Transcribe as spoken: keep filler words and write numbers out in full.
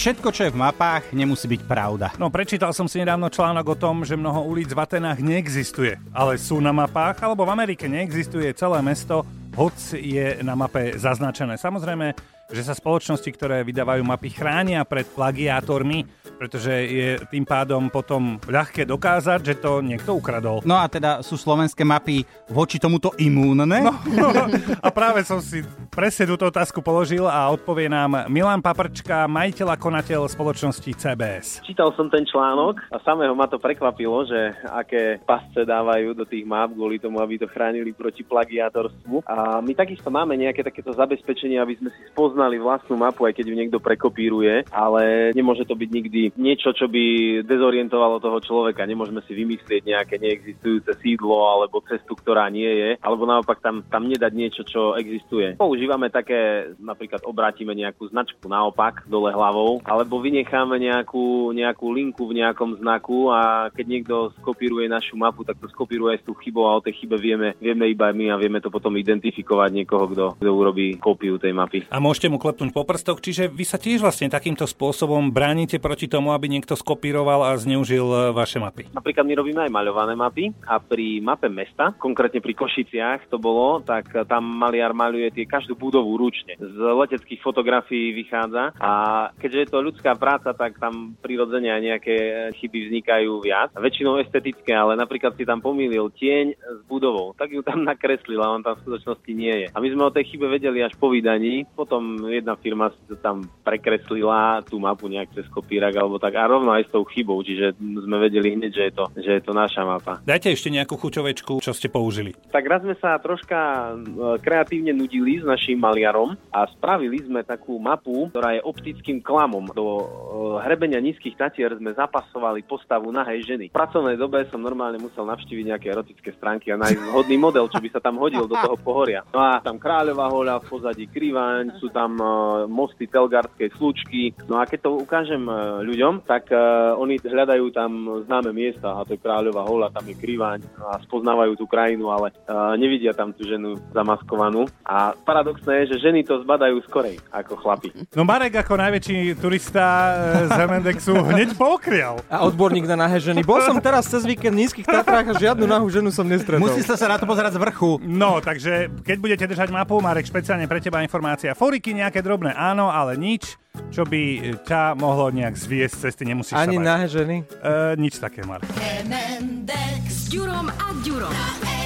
všetko, čo je v mapách, nemusí byť pravda. No, prečítal som si nedávno článok o tom, že mnoho ulic v Atenách neexistuje, ale sú na mapách, alebo v Amerike neexistuje celé mesto, hoc je na mape zaznačené. Samozrejme, že sa spoločnosti, ktoré vydávajú mapy, chránia pred plagiátormi, pretože je tým pádom potom ľahké dokázať, že to niekto ukradol. No a teda sú slovenské mapy voči tomuto imúnne? No, no a práve som si presne túto otázku položil a odpovie nám Milan Paprčka, majiteľ a konateľ spoločnosti cé bé es. Čítal som ten článok a samého ma to prekvapilo, že aké pasce dávajú do tých map kvôli tomu, aby to chránili proti plagiátorstvu. A my takisto máme nejaké takéto zabezpečenie, aby sme si spoznali vlastnú mapu, aj keď ju niekto prekopíruje, ale nemôže to byť nikdy niečo, čo by dezorientovalo toho človeka. Nemôžeme si vymyslieť nejaké neexistujúce sídlo alebo cestu, ktorá nie je, alebo naopak tam, tam nedať niečo, čo existuje. Používame také, napríklad obrátime nejakú značku naopak, dole hlavou, alebo vynecháme nejakú, nejakú linku v nejakom znaku a keď niekto skopíruje našu mapu, tak to skopíruje s tú chybou a o tej chybe vieme, vieme iba my a vieme to potom identifikovať niekoho, kto, kto urobí kópiu tej mapy. A môžete mu klepnúť po prstoch, čiže vy sa tiež vlastne takýmto spôsobom bránite proti tomu, aby niekto skopíroval a zneužil vaše mapy. Napríklad my robíme aj maľované mapy a pri mape mesta, konkrétne pri Košiciach to bolo, tak tam maliar maľuje tie každú budovu ručne. Z leteckých fotografií vychádza a keďže je to ľudská práca, tak tam prirodzene aj nejaké chyby vznikajú viac. Väčšinou estetické, ale napríklad si tam pomýlil tieň s budovou, tak ju tam nakreslil a on tam v skutočnosti nie je. A my sme o tej chybe vedeli až po vydaní, potom jedna firma si to tam prekreslila tú mapu nejak cez kopírak alebo tak a rovno aj s tou chybou, čiže sme vedeli hneď, že je to, že je to naša mapa. Dajte ešte nejakú chuťovečku, čo ste použili. Tak raz sme sa troška kreatívne nudili s naším maliarom a spravili sme takú mapu, ktorá je optickým klamom. Do hrebenia Nízkych Tatier sme zapasovali postavu nahej ženy. V pracovnej dobe som normálne musel navštíviť nejaké erotické stránky a nájsť vhodný model, čo by sa tam hodil do toho pohoria. No a tam Kráľová hoľa, v pozadí Kriváň, sú tam mosty Telgardskej slučky. No a keď to ukážem ľuďom, tak uh, oni hľadajú tam známe miesta, a to je Kráľová hoľa, tam je Kriváň a spoznávajú tú krajinu, ale uh, nevidia tam tú ženu zamaskovanú. A paradoxné je, že ženy to zbadajú skorej ako chlapi. No Marek ako najväčší turista z Hemendexu hneď pokrial. A odborník na nahé ženy. Bol som teraz cez víkend v Nízkych Tatrách a žiadnu nahú ženu som nestretol. Musíte sa na to pozerať z vrchu. No, takže keď budete držať mapu, Marek, špeciálne pre teba informácia. Foriky nejaké drobné, áno, ale nič, čo by ťa mohlo nejak zviesť cesty, nemusíš ani sa bať. Ani nahé ženy? Uh, nič také, Marek. Hemendex s Ďurom a Ďurom.